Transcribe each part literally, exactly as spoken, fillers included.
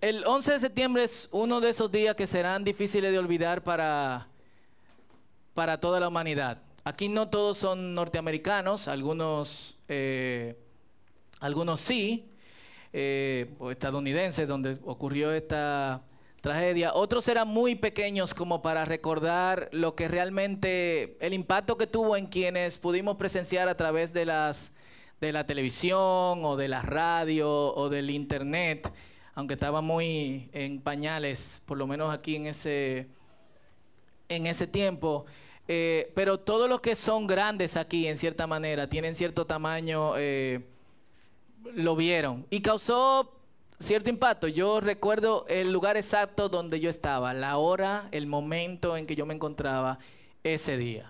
el once de septiembre es uno de esos días que serán difíciles de olvidar para, para toda la humanidad. Aquí no todos son norteamericanos, algunos, eh, algunos sí, eh, o estadounidenses, donde ocurrió esta tragedia. Otros eran muy pequeños como para recordar lo que realmente, el impacto que tuvo en quienes pudimos presenciar a través de las de la televisión o de la radio o del internet, aunque estaba muy en pañales, por lo menos aquí en ese, en ese tiempo. Eh, pero todos los que son grandes aquí, en cierta manera, tienen cierto tamaño, eh, lo vieron. Y causó cierto impacto. Yo recuerdo el lugar exacto donde yo estaba, la hora, el momento en que yo me encontraba ese día.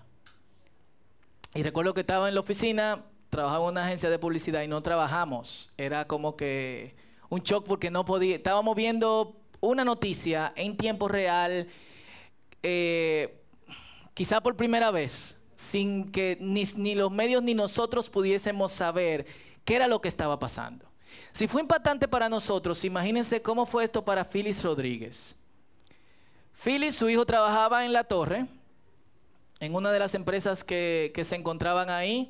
Y recuerdo que estaba en la oficina, trabajaba en una agencia de publicidad y no trabajamos. Era como que un shock porque no podía. Estábamos viendo una noticia en tiempo real, eh, quizá por primera vez, sin que ni, ni los medios ni nosotros pudiésemos saber qué era lo que estaba pasando. Si fue impactante para nosotros, imagínense cómo fue esto para Phyllis Rodríguez. Phyllis, su hijo, trabajaba en La Torre, en una de las empresas que, que se encontraban ahí.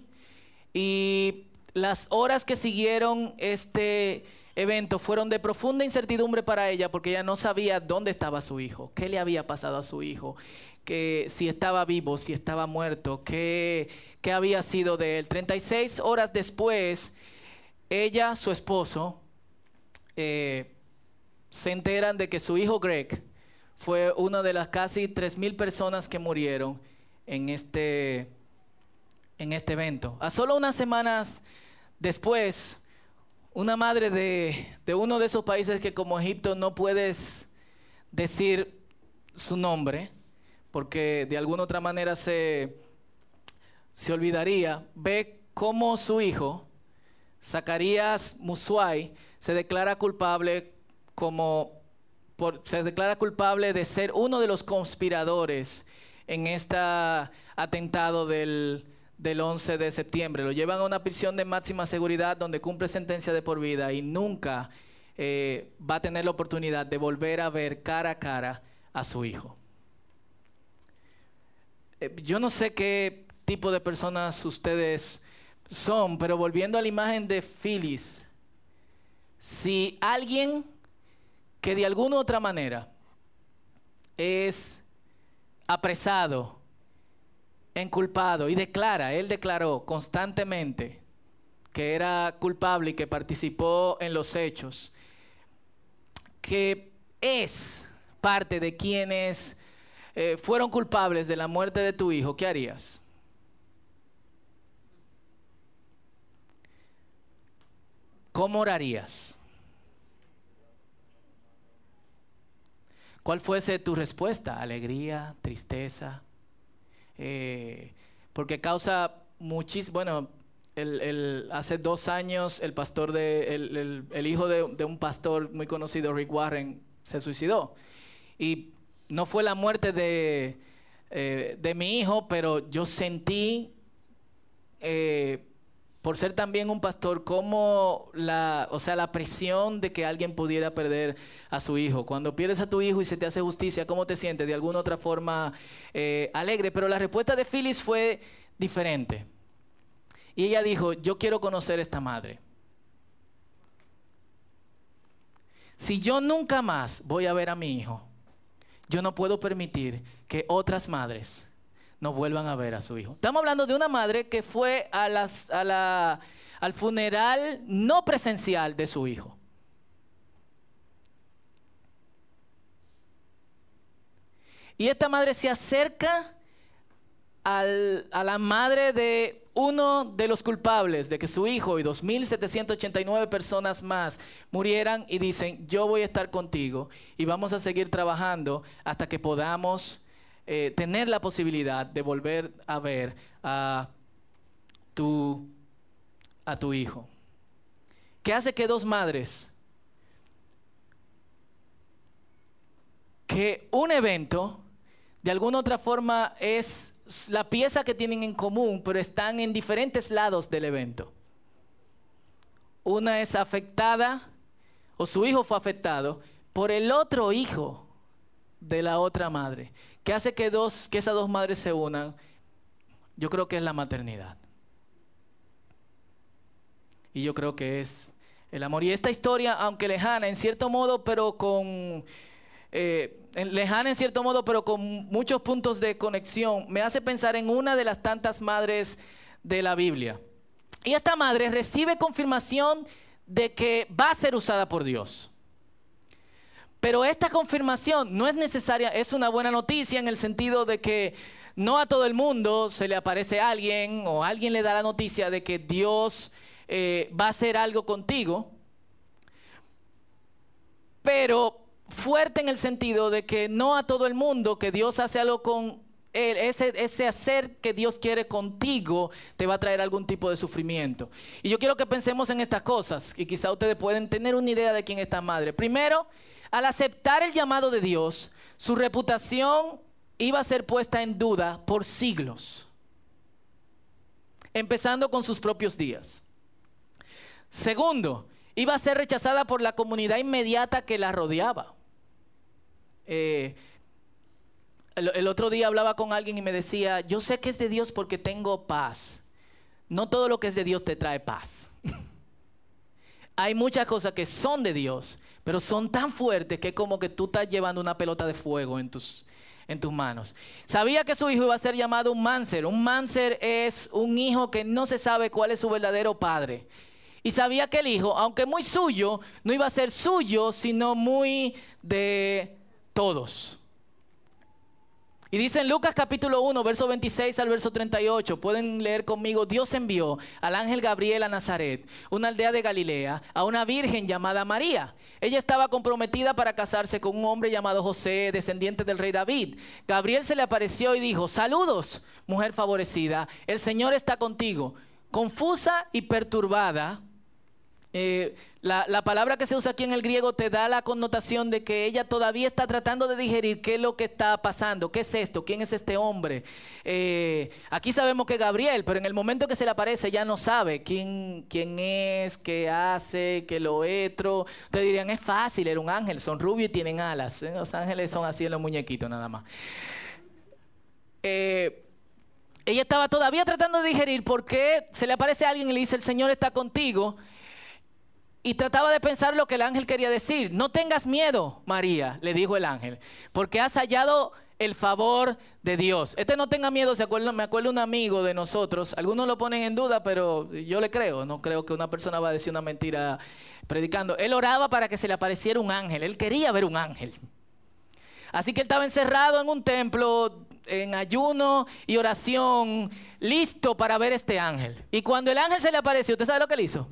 Y las horas que siguieron este evento fueron de profunda incertidumbre para ella, porque ella no sabía dónde estaba su hijo, qué le había pasado a su hijo, que si estaba vivo, si estaba muerto, qué, qué había sido de él. treinta y seis horas después, ella, su esposo, eh, se enteran de que su hijo Greg fue una de las casi tres mil personas que murieron en este en este evento. A solo unas semanas después, una madre de, de uno de esos países que como Egipto no puedes decir su nombre, porque de alguna otra manera se, se olvidaría, ve cómo su hijo, Zacarías Muswai, se declara culpable como por, se declara culpable de ser uno de los conspiradores en este atentado del del once de septiembre. Lo llevan a una prisión de máxima seguridad donde cumple sentencia de por vida y nunca eh, va a tener la oportunidad de volver a ver cara a cara a su hijo. Eh, yo no sé qué tipo de personas ustedes son, pero volviendo a la imagen de Phyllis, si alguien que de alguna u otra manera es apresado, enculpado y declara, él declaró constantemente que era culpable y que participó en los hechos, que es parte de quienes eh, fueron culpables de la muerte de tu hijo, ¿qué harías? ¿Cómo orarías? ¿Cuál fuese tu respuesta? ¿Alegría? ¿Tristeza? Eh, porque causa muchísimo. Bueno, el, el, hace dos años el pastor de el, el, el hijo de, de un pastor muy conocido, Rick Warren, se suicidó. Y no fue la muerte de, eh, de mi hijo, pero yo sentí, eh, por ser también un pastor, como la, o sea, la presión de que alguien pudiera perder a su hijo. Cuando pierdes a tu hijo y se te hace justicia, ¿cómo te sientes? De alguna otra forma eh, alegre. Pero la respuesta de Phyllis fue diferente. Y ella dijo, yo quiero conocer a esta madre. Si yo nunca más voy a ver a mi hijo, yo no puedo permitir que otras madres no vuelvan a ver a su hijo. Estamos hablando de una madre que fue a las, a la, al funeral no presencial de su hijo. Y esta madre se acerca al, a la madre de uno de los culpables de que su hijo y dos mil setecientas ochenta y nueve personas más murieran y dicen, yo voy a estar contigo y vamos a seguir trabajando hasta que podamos Eh, tener la posibilidad de volver a ver a tu, a tu hijo. ¿Qué hace que dos madres, que un evento de alguna otra forma es la pieza que tienen en común, pero están en diferentes lados del evento? Una es afectada, o su hijo fue afectado, por el otro hijo de la otra madre. ¿Qué hace que, dos, que esas dos madres se unan? Yo creo que es la maternidad. Y yo creo que es el amor. Y esta historia, aunque lejana en cierto modo, pero con... Eh, lejana en cierto modo, pero con muchos puntos de conexión, me hace pensar en una de las tantas madres de la Biblia. Y esta madre recibe confirmación de que va a ser usada por Dios. Pero esta confirmación no es necesaria, es una buena noticia en el sentido de que no a todo el mundo se le aparece alguien o alguien le da la noticia de que Dios eh, va a hacer algo contigo. Pero fuerte en el sentido de que no a todo el mundo que Dios hace algo con él, ese, ese hacer que Dios quiere contigo te va a traer algún tipo de sufrimiento. Y yo quiero que pensemos en estas cosas y quizá ustedes pueden tener una idea de quién es esta madre. Primero, al aceptar el llamado de Dios, su reputación iba a ser puesta en duda por siglos, empezando con sus propios días. Segundo, iba a ser rechazada por la comunidad inmediata que la rodeaba. Eh, el, el otro día hablaba con alguien y me decía, yo sé que es de Dios porque tengo paz. No todo lo que es de Dios te trae paz. Hay muchas cosas que son de Dios, pero son tan fuertes que es como que tú estás llevando una pelota de fuego en tus, en tus manos. Sabía que su hijo iba a ser llamado un máncer. Un máncer es un hijo que no se sabe cuál es su verdadero padre. Y sabía que el hijo, aunque muy suyo, no iba a ser suyo, sino muy de todos. Y dice en Lucas capítulo uno, verso veintiséis al verso treinta y ocho, pueden leer conmigo, Dios envió al ángel Gabriel a Nazaret, una aldea de Galilea, a una virgen llamada María. Ella estaba comprometida para casarse con un hombre llamado José, descendiente del rey David. Gabriel se le apareció y dijo, saludos, mujer favorecida, el Señor está contigo. Confusa y perturbada, Eh, la, la palabra que se usa aquí en el griego te da la connotación de que ella todavía está tratando de digerir qué es lo que está pasando, qué es esto, quién es este hombre. Eh, aquí sabemos que Gabriel, pero en el momento que se le aparece ya no sabe quién, quién es, qué hace, qué lo otro. Ustedes dirían, es fácil, era un ángel, son rubios y tienen alas. ¿eh? Los ángeles son así en los muñequitos nada más. Eh, ella estaba todavía tratando de digerir por qué se le aparece a alguien y le dice, el Señor está contigo. Y trataba de pensar lo que el ángel quería decir. No tengas miedo, María, le dijo el ángel, porque has hallado el favor de Dios. Este no tenga miedo, ¿se acuerdan? Me acuerdo un amigo de nosotros, algunos lo ponen en duda, pero yo le creo. No creo que una persona va a decir una mentira predicando. Él oraba para que se le apareciera un ángel, él quería ver un ángel. Así que él estaba encerrado en un templo, en ayuno y oración, listo para ver este ángel. Y cuando el ángel se le apareció, ¿usted sabe lo que él hizo?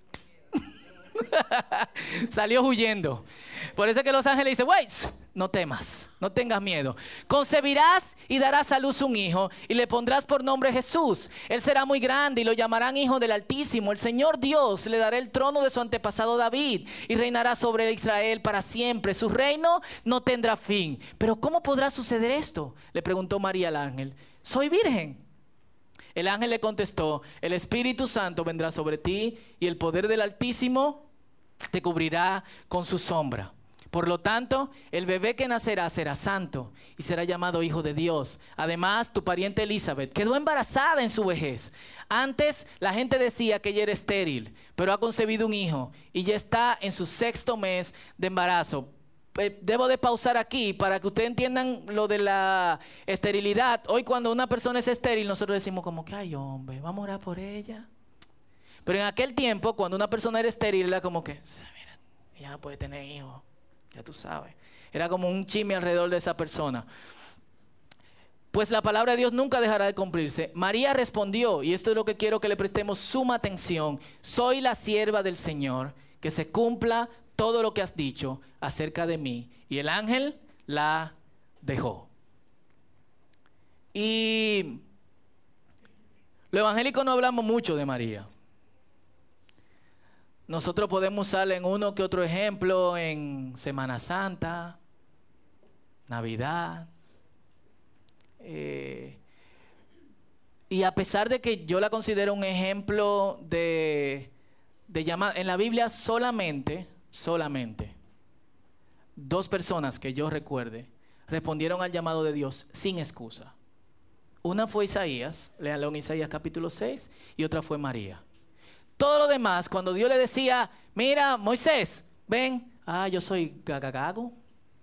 Salió huyendo. Por eso es que los ángeles dicen, wait, no temas, no tengas miedo. Concebirás y darás a luz un hijo y le pondrás por nombre Jesús. Él será muy grande y lo llamarán Hijo del Altísimo. El Señor Dios le dará el trono de su antepasado David y reinará sobre Israel para siempre. Su reino no tendrá fin. Pero ¿cómo podrá suceder esto?, le preguntó María al ángel. Soy virgen. El ángel le contestó, el Espíritu Santo vendrá sobre ti y el poder del Altísimo te cubrirá con su sombra. Por lo tanto, el bebé que nacerá será santo y será llamado Hijo de Dios. Además, tu pariente Elizabeth quedó embarazada en su vejez. Antes la gente decía que ella era estéril, pero ha concebido un hijo y ya está en su sexto mes de embarazo. Debo de pausar aquí para que ustedes entiendan lo de la esterilidad. Hoy cuando una persona es estéril, nosotros decimos como que, ay hombre, vamos a orar por ella. Pero en aquel tiempo, cuando una persona era estéril, era como que, mira, ella no puede tener hijos, ya tú sabes. Era como un chisme alrededor de esa persona. Pues la palabra de Dios nunca dejará de cumplirse. María respondió, y esto es lo que quiero que le prestemos suma atención, soy la sierva del Señor, que se cumpla todo lo que has dicho acerca de mí. Y el ángel la dejó. Y los evangélicos no hablamos mucho de María. Nosotros podemos usarle en uno que otro ejemplo en Semana Santa, Navidad. Eh, y a pesar de que yo la considero un ejemplo de, de llamar, en la Biblia solamente, solamente, dos personas que yo recuerde respondieron al llamado de Dios sin excusa. Una fue Isaías, léanlo en Isaías capítulo seis, y otra fue María. Todo lo demás, cuando Dios le decía, mira, Moisés, ven, ah, yo soy gagagago.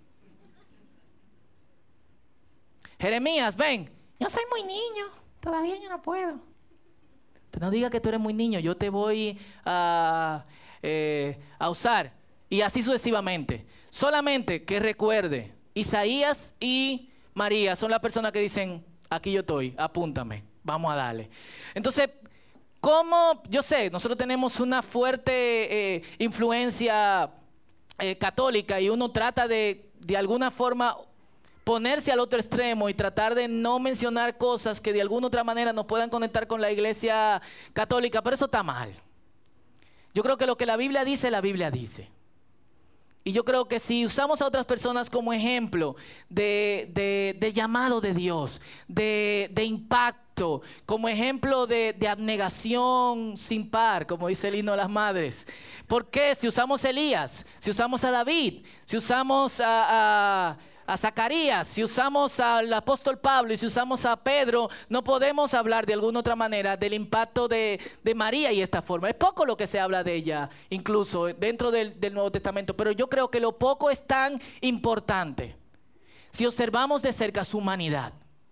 Jeremías, ven, yo soy muy niño, todavía yo no puedo. No digas que tú eres muy niño, yo te voy a, eh, a usar. Y así sucesivamente. Solamente que recuerde, Isaías y María son las personas que dicen, aquí yo estoy, apúntame, vamos a darle. Entonces, ¿cómo? Yo sé, nosotros tenemos una fuerte eh, influencia eh, católica y uno trata de, de alguna forma, ponerse al otro extremo y tratar de no mencionar cosas que de alguna otra manera nos puedan conectar con la iglesia católica, pero eso está mal. Yo creo que lo que la Biblia dice, la Biblia dice. Y yo creo que si usamos a otras personas como ejemplo de, de, de llamado de Dios, de, de impacto, como ejemplo de, de abnegación sin par, como dice el himno de las madres. ¿Por qué? Si usamos a Elías, si usamos a David, si usamos a... a a Zacarías, si usamos al apóstol Pablo y si usamos a Pedro, no podemos hablar de alguna otra manera del impacto de, de María y esta forma. Es poco lo que se habla de ella, incluso dentro del, del Nuevo Testamento, pero yo creo que lo poco es tan importante si observamos de cerca su humanidad.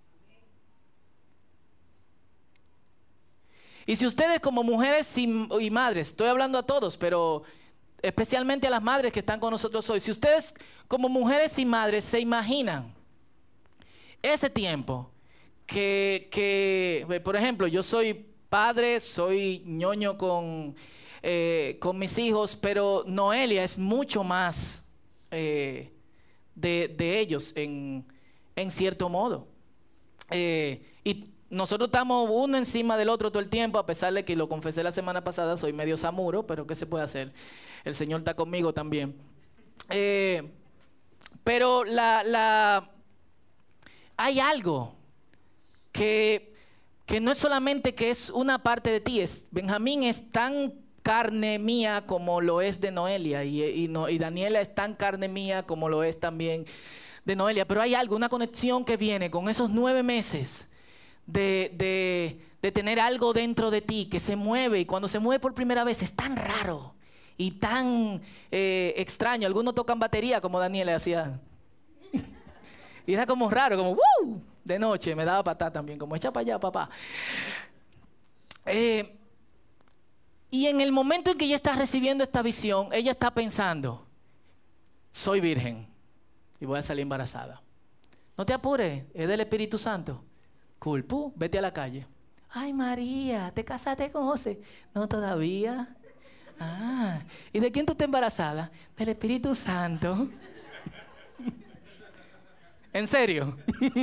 Y si ustedes como mujeres y, y madres, estoy hablando a todos, pero especialmente a las madres que están con nosotros hoy, si ustedes como mujeres y madres se imaginan ese tiempo que, que por ejemplo, yo soy padre, soy ñoño con, eh, con mis hijos, pero Noelia es mucho más eh, de, de ellos en, en cierto modo. Eh, y nosotros estamos uno encima del otro todo el tiempo, a pesar de que lo confesé la semana pasada, soy medio samuro, pero ¿qué se puede hacer? El Señor está conmigo también. Eh, pero la, la, hay algo que, que no es solamente que es una parte de ti. Es, Benjamín es tan carne mía como lo es de Noelia, y, y, no, y Daniela es tan carne mía como lo es también de Noelia. Pero hay algo, una conexión que viene con esos nueve meses de, de, de tener algo dentro de ti que se mueve, y cuando se mueve por primera vez es tan raro y tan eh, extraño. Algunos tocan batería como Daniela hacía. Y era como raro, como ¡woo! De noche me daba patada también, como echa para allá, papá. Eh, y en el momento en que ella está recibiendo esta visión, ella está pensando, soy virgen y voy a salir embarazada. No te apures, es del Espíritu Santo. Culpu, vete a la calle. Ay, María, ¿te casaste con José? No, todavía. Ah, ¿y de quién tú estás embarazada? Del Espíritu Santo. ¿En serio?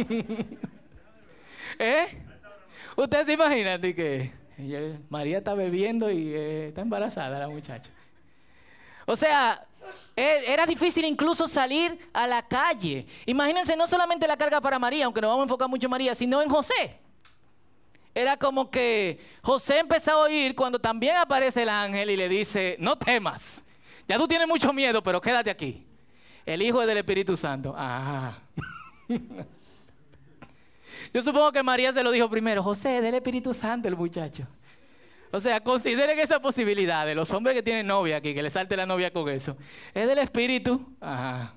¿Eh? ¿Ustedes se imaginan de que ella, María está bebiendo y eh, está embarazada la muchacha? O sea, era difícil incluso salir a la calle. Imagínense, no solamente la carga para María, aunque nos vamos a enfocar mucho en María, sino en José. Era como que José empezó a oír cuando también aparece el ángel y le dice, no temas, ya tú tienes mucho miedo, pero quédate aquí. El hijo es del Espíritu Santo. Ah. Yo supongo que María se lo dijo primero, José, es del Espíritu Santo el muchacho. O sea, consideren esa posibilidad de los hombres que tienen novia aquí, que le salte la novia con eso. Es del Espíritu. Ajá.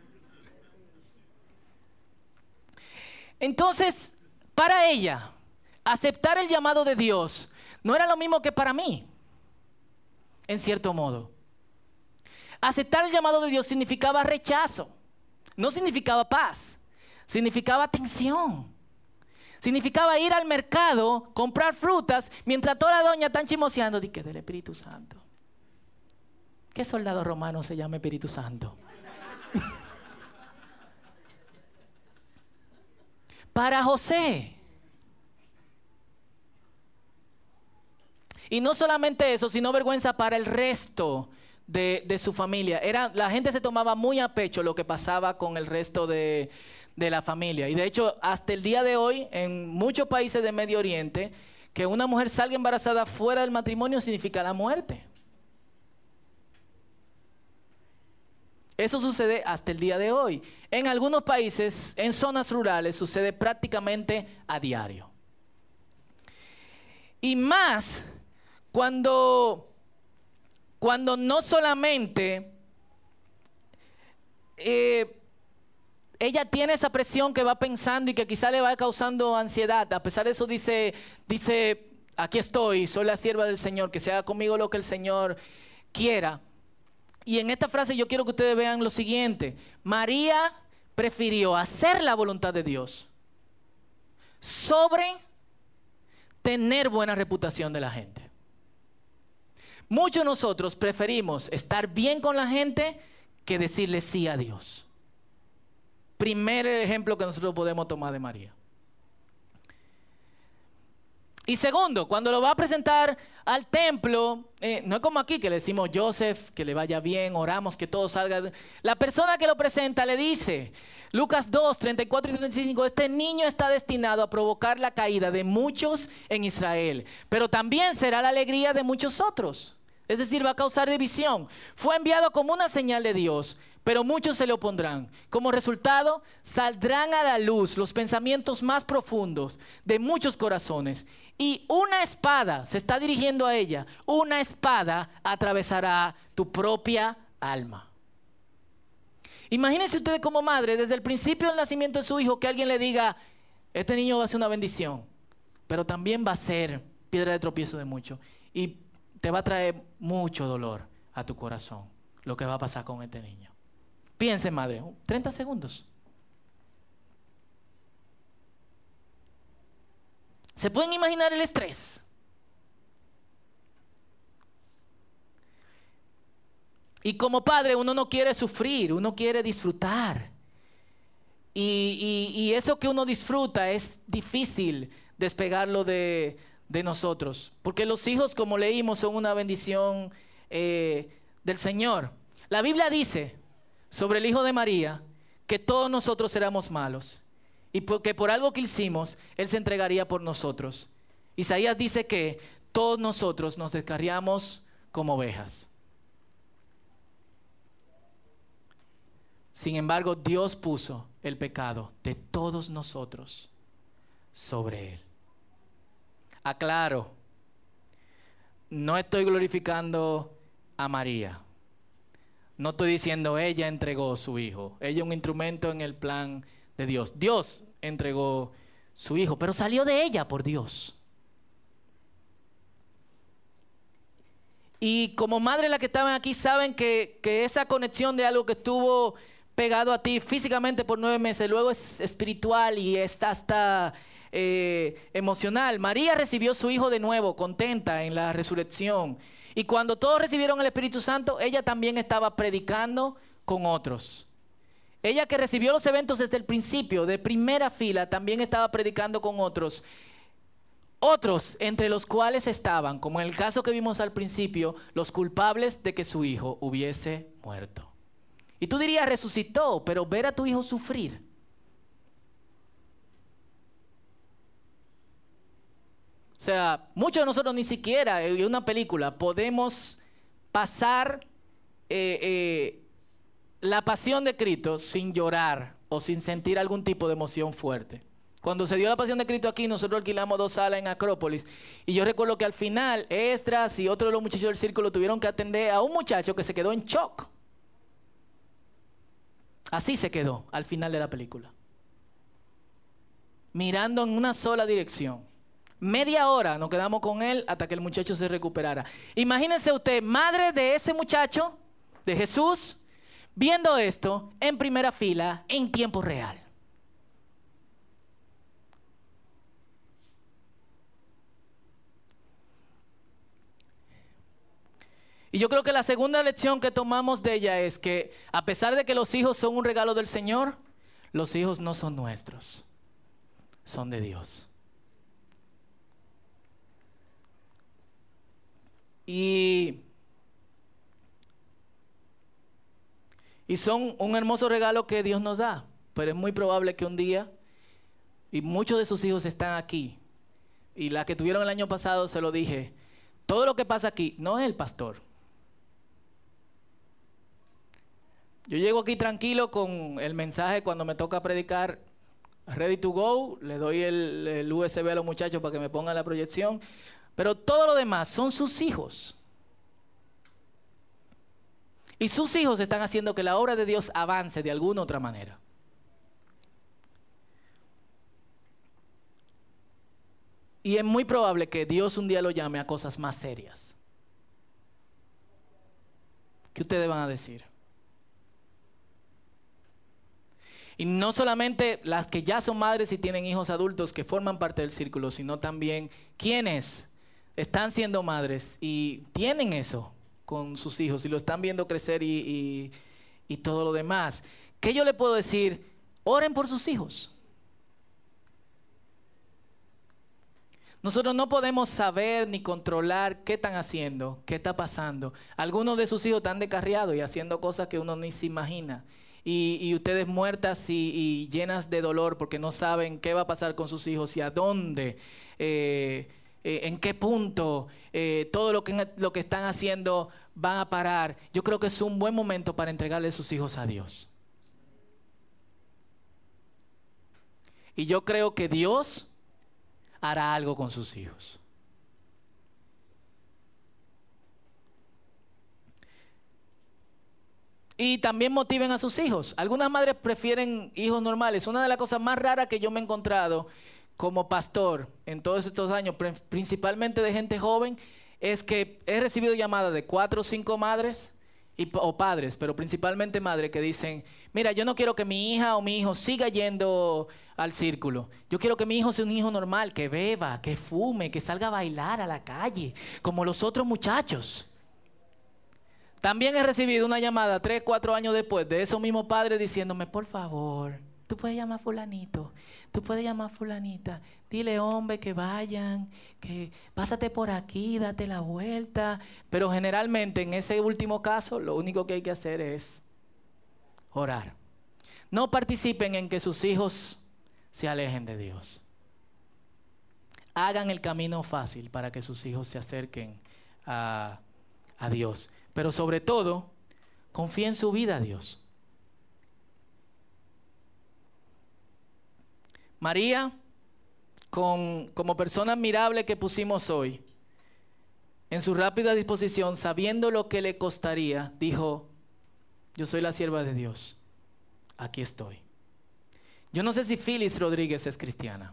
Entonces, para ella, aceptar el llamado de Dios no era lo mismo que para mí, en cierto modo. Aceptar el llamado de Dios significaba rechazo, no significaba paz, significaba tensión. Significaba ir al mercado, comprar frutas, mientras toda la doña están chismoseando. Dice que del Espíritu Santo. ¿Qué soldado romano se llama Espíritu Santo? Para José. Y no solamente eso, sino vergüenza para el resto de, de su familia. Era, la gente se tomaba muy a pecho lo que pasaba con el resto de, de la familia. Y de hecho, hasta el día de hoy, en muchos países de Medio Oriente, que una mujer salga embarazada fuera del matrimonio significa la muerte. Eso sucede hasta el día de hoy. En algunos países, en zonas rurales, sucede prácticamente a diario. Y más cuando, cuando no solamente eh, ella tiene esa presión que va pensando y que quizá le va causando ansiedad. A pesar de eso dice, dice, aquí estoy, soy la sierva del Señor, que se haga conmigo lo que el Señor quiera. Y en esta frase yo quiero que ustedes vean lo siguiente. María prefirió hacer la voluntad de Dios sobre tener buena reputación de la gente. Muchos de nosotros preferimos estar bien con la gente que decirle sí a Dios. Primer ejemplo que nosotros podemos tomar de María. Y segundo, cuando lo va a presentar al templo, eh, no es como aquí que le decimos Joseph, que le vaya bien, oramos, que todo salga. La persona que lo presenta le dice, Lucas dos, treinta y cuatro y treinta y cinco, este niño está destinado a provocar la caída de muchos en Israel, pero también será la alegría de muchos otros. Es decir, va a causar división. Fue enviado como una señal de Dios, pero muchos se le opondrán. Como resultado, saldrán a la luz los pensamientos más profundos de muchos corazones. Y una espada, se está dirigiendo a ella, una espada atravesará tu propia alma. Imagínense ustedes como madre, desde el principio del nacimiento de su hijo, que alguien le diga, este niño va a ser una bendición, pero también va a ser piedra de tropiezo de muchos. Y te va a traer mucho dolor a tu corazón, lo que va a pasar con este niño. Piense, madre, treinta segundos. ¿Se pueden imaginar el estrés? Y como padre uno no quiere sufrir, uno quiere disfrutar. Y, y, y eso que uno disfruta es difícil despegarlo de, de nosotros. Porque los hijos, como leímos, son una bendición eh, del Señor. La Biblia dice sobre el hijo de María que todos nosotros éramos malos. Y porque por algo que hicimos, Él se entregaría por nosotros. Isaías dice que todos nosotros nos descarriamos como ovejas. Sin embargo, Dios puso el pecado de todos nosotros sobre Él. Aclaro, no estoy glorificando a María. No estoy diciendo ella entregó su hijo. Ella es un instrumento en el plan de Dios. Dios entregó su hijo, pero salió de ella por Dios. Y como madre, la que estaban aquí saben que, que esa conexión de algo que estuvo pegado a ti físicamente por nueve meses, luego es espiritual y está hasta eh, emocional. María recibió su hijo de nuevo, contenta en la resurrección. Y cuando todos recibieron el Espíritu Santo, ella también estaba predicando con otros. Ella que recibió los eventos desde el principio, de primera fila, también estaba predicando con otros. Otros, entre los cuales estaban, como en el caso que vimos al principio, los culpables de que su hijo hubiese muerto. Y tú dirías, resucitó, pero ver a tu hijo sufrir. O sea, muchos de nosotros ni siquiera en una película podemos pasar eh, eh, la pasión de Cristo sin llorar o sin sentir algún tipo de emoción fuerte. Cuando se dio la pasión de Cristo aquí, nosotros alquilamos dos salas en Acrópolis. Y yo recuerdo que al final, Esdras y otros de los muchachos del círculo tuvieron que atender a un muchacho que se quedó en shock. Así se quedó al final de la película. Mirando en una sola dirección. Media hora nos quedamos con él hasta que el muchacho se recuperara. Imagínense usted, madre de ese muchacho, de Jesús, viendo esto en primera fila, en tiempo real. Y yo creo que la segunda lección que tomamos de ella es que a pesar de que los hijos son un regalo del Señor, los hijos no son nuestros, son de Dios. Y, y son un hermoso regalo que Dios nos da, pero es muy probable que un día, y muchos de sus hijos están aquí, y la que tuvieron el año pasado se lo dije, todo lo que pasa aquí no es el pastor. Yo llego aquí tranquilo con el mensaje cuando me toca predicar, ready to go, le doy el, el U S B a los muchachos para que me pongan la proyección, pero todo lo demás son sus hijos. Y sus hijos están haciendo que la obra de Dios avance de alguna u otra manera. Y es muy probable que Dios un día lo llame a cosas más serias. ¿Qué ustedes van a decir? Y no solamente las que ya son madres y tienen hijos adultos que forman parte del círculo, sino también quienes están siendo madres y tienen eso con sus hijos y lo están viendo crecer y, y, y todo lo demás. ¿Qué yo le puedo decir? Oren por sus hijos. Nosotros no podemos saber ni controlar qué están haciendo, qué está pasando. Algunos de sus hijos están descarriados y haciendo cosas que uno ni se imagina. Y, y ustedes muertas y, y llenas de dolor porque no saben qué va a pasar con sus hijos y a dónde, eh, eh, en qué punto, eh, todo lo que, lo que están haciendo van a parar. Yo creo que es un buen momento para entregarle sus hijos a Dios. Y yo creo que Dios hará algo con sus hijos. Y también motiven a sus hijos. Algunas madres prefieren hijos normales. Una de las cosas más raras que yo me he encontrado como pastor en todos estos años, principalmente de gente joven, es que he recibido llamadas de cuatro o cinco madres y, o padres, pero principalmente madres que dicen, mira, yo no quiero que mi hija o mi hijo siga yendo al círculo. Yo quiero que mi hijo sea un hijo normal, que beba, que fume, que salga a bailar a la calle, como los otros muchachos. También he recibido una llamada tres, cuatro años después de esos mismos padres diciéndome, por favor, tú puedes llamar a fulanito, tú puedes llamar a fulanita, dile hombre que vayan, que pásate por aquí, date la vuelta. Pero generalmente en ese último caso lo único que hay que hacer es orar. No participen en que sus hijos se alejen de Dios. Hagan el camino fácil para que sus hijos se acerquen a, a Dios. Pero sobre todo, confíen su vida a Dios. María, con, como persona admirable que pusimos hoy, en su rápida disposición, sabiendo lo que le costaría, dijo, yo soy la sierva de Dios, aquí estoy. Yo no sé si Phyllis Rodríguez es cristiana,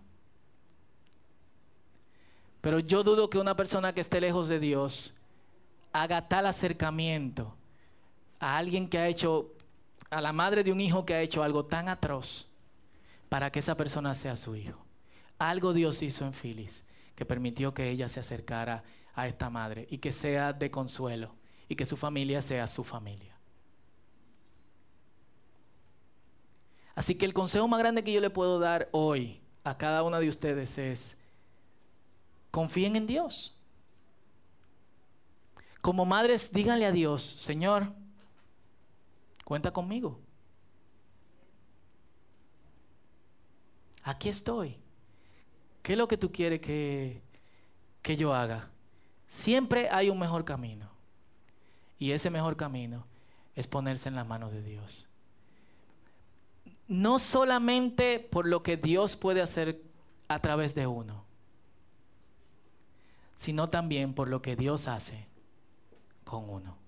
pero yo dudo que una persona que esté lejos de Dios haga tal acercamiento a alguien que ha hecho, a la madre de un hijo que ha hecho algo tan atroz para que esa persona sea su hijo. Algo Dios hizo en Phyllis que permitió que ella se acercara a esta madre y que sea de consuelo y que su familia sea su familia. Así que el consejo más grande que yo le puedo dar hoy a cada una de ustedes es, confíen en Dios. Como madres, díganle a Dios, Señor, cuenta conmigo. Aquí estoy. ¿Qué es lo que tú quieres que, que yo haga? Siempre hay un mejor camino. Y ese mejor camino es ponerse en las manos de Dios. No solamente por lo que Dios puede hacer a través de uno, sino también por lo que Dios hace con uno.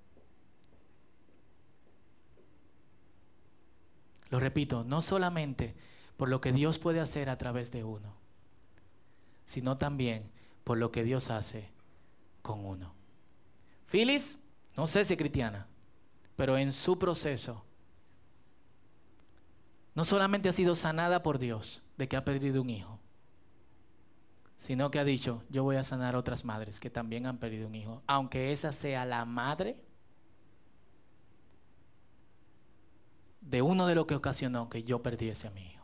Lo repito, no solamente por lo que Dios puede hacer a través de uno, sino también por lo que Dios hace con uno. Phyllis, no sé si es cristiana, pero en su proceso, no solamente ha sido sanada por Dios de que ha perdido un hijo, sino que ha dicho, yo voy a sanar a otras madres que también han perdido un hijo, aunque esa sea la madre de uno de lo que ocasionó que yo perdiese a mi hijo.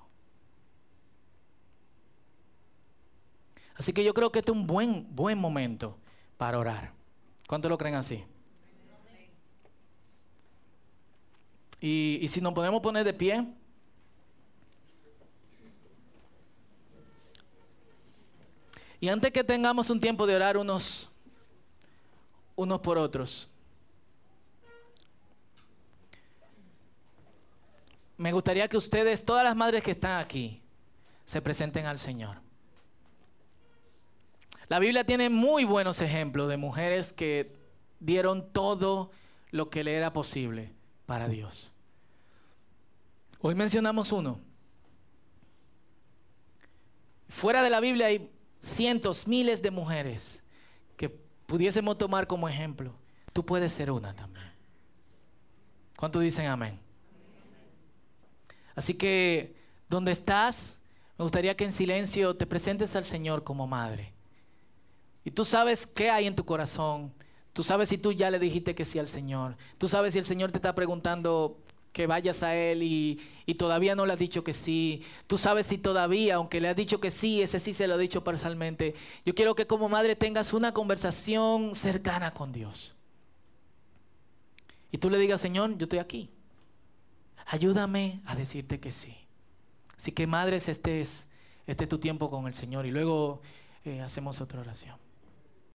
Así que yo creo que este es un buen, buen momento para orar. ¿Cuántos lo creen así? Y, y si nos podemos poner de pie. Y antes que tengamos un tiempo de orar unos, unos por otros, me gustaría que ustedes, todas las madres que están aquí, se presenten al Señor. La Biblia tiene muy buenos ejemplos de mujeres que dieron todo lo que le era posible para Dios. Hoy mencionamos uno. Fuera de la Biblia hay cientos, miles de mujeres que pudiésemos tomar como ejemplo. Tú puedes ser una también. ¿Cuántos dicen amén? Así que, donde estás, me gustaría que en silencio te presentes al Señor como madre. Y tú sabes qué hay en tu corazón. Tú sabes si tú ya le dijiste que sí al Señor. Tú sabes si el Señor te está preguntando que vayas a Él y, y todavía no le has dicho que sí. Tú sabes si todavía, aunque le has dicho que sí, ese sí se lo ha dicho personalmente. Yo quiero que como madre tengas una conversación cercana con Dios. Y tú le digas, Señor, yo estoy aquí. Ayúdame a decirte que sí. Así que madres, este es, este es tu tiempo con el Señor. Y luego eh, hacemos otra oración.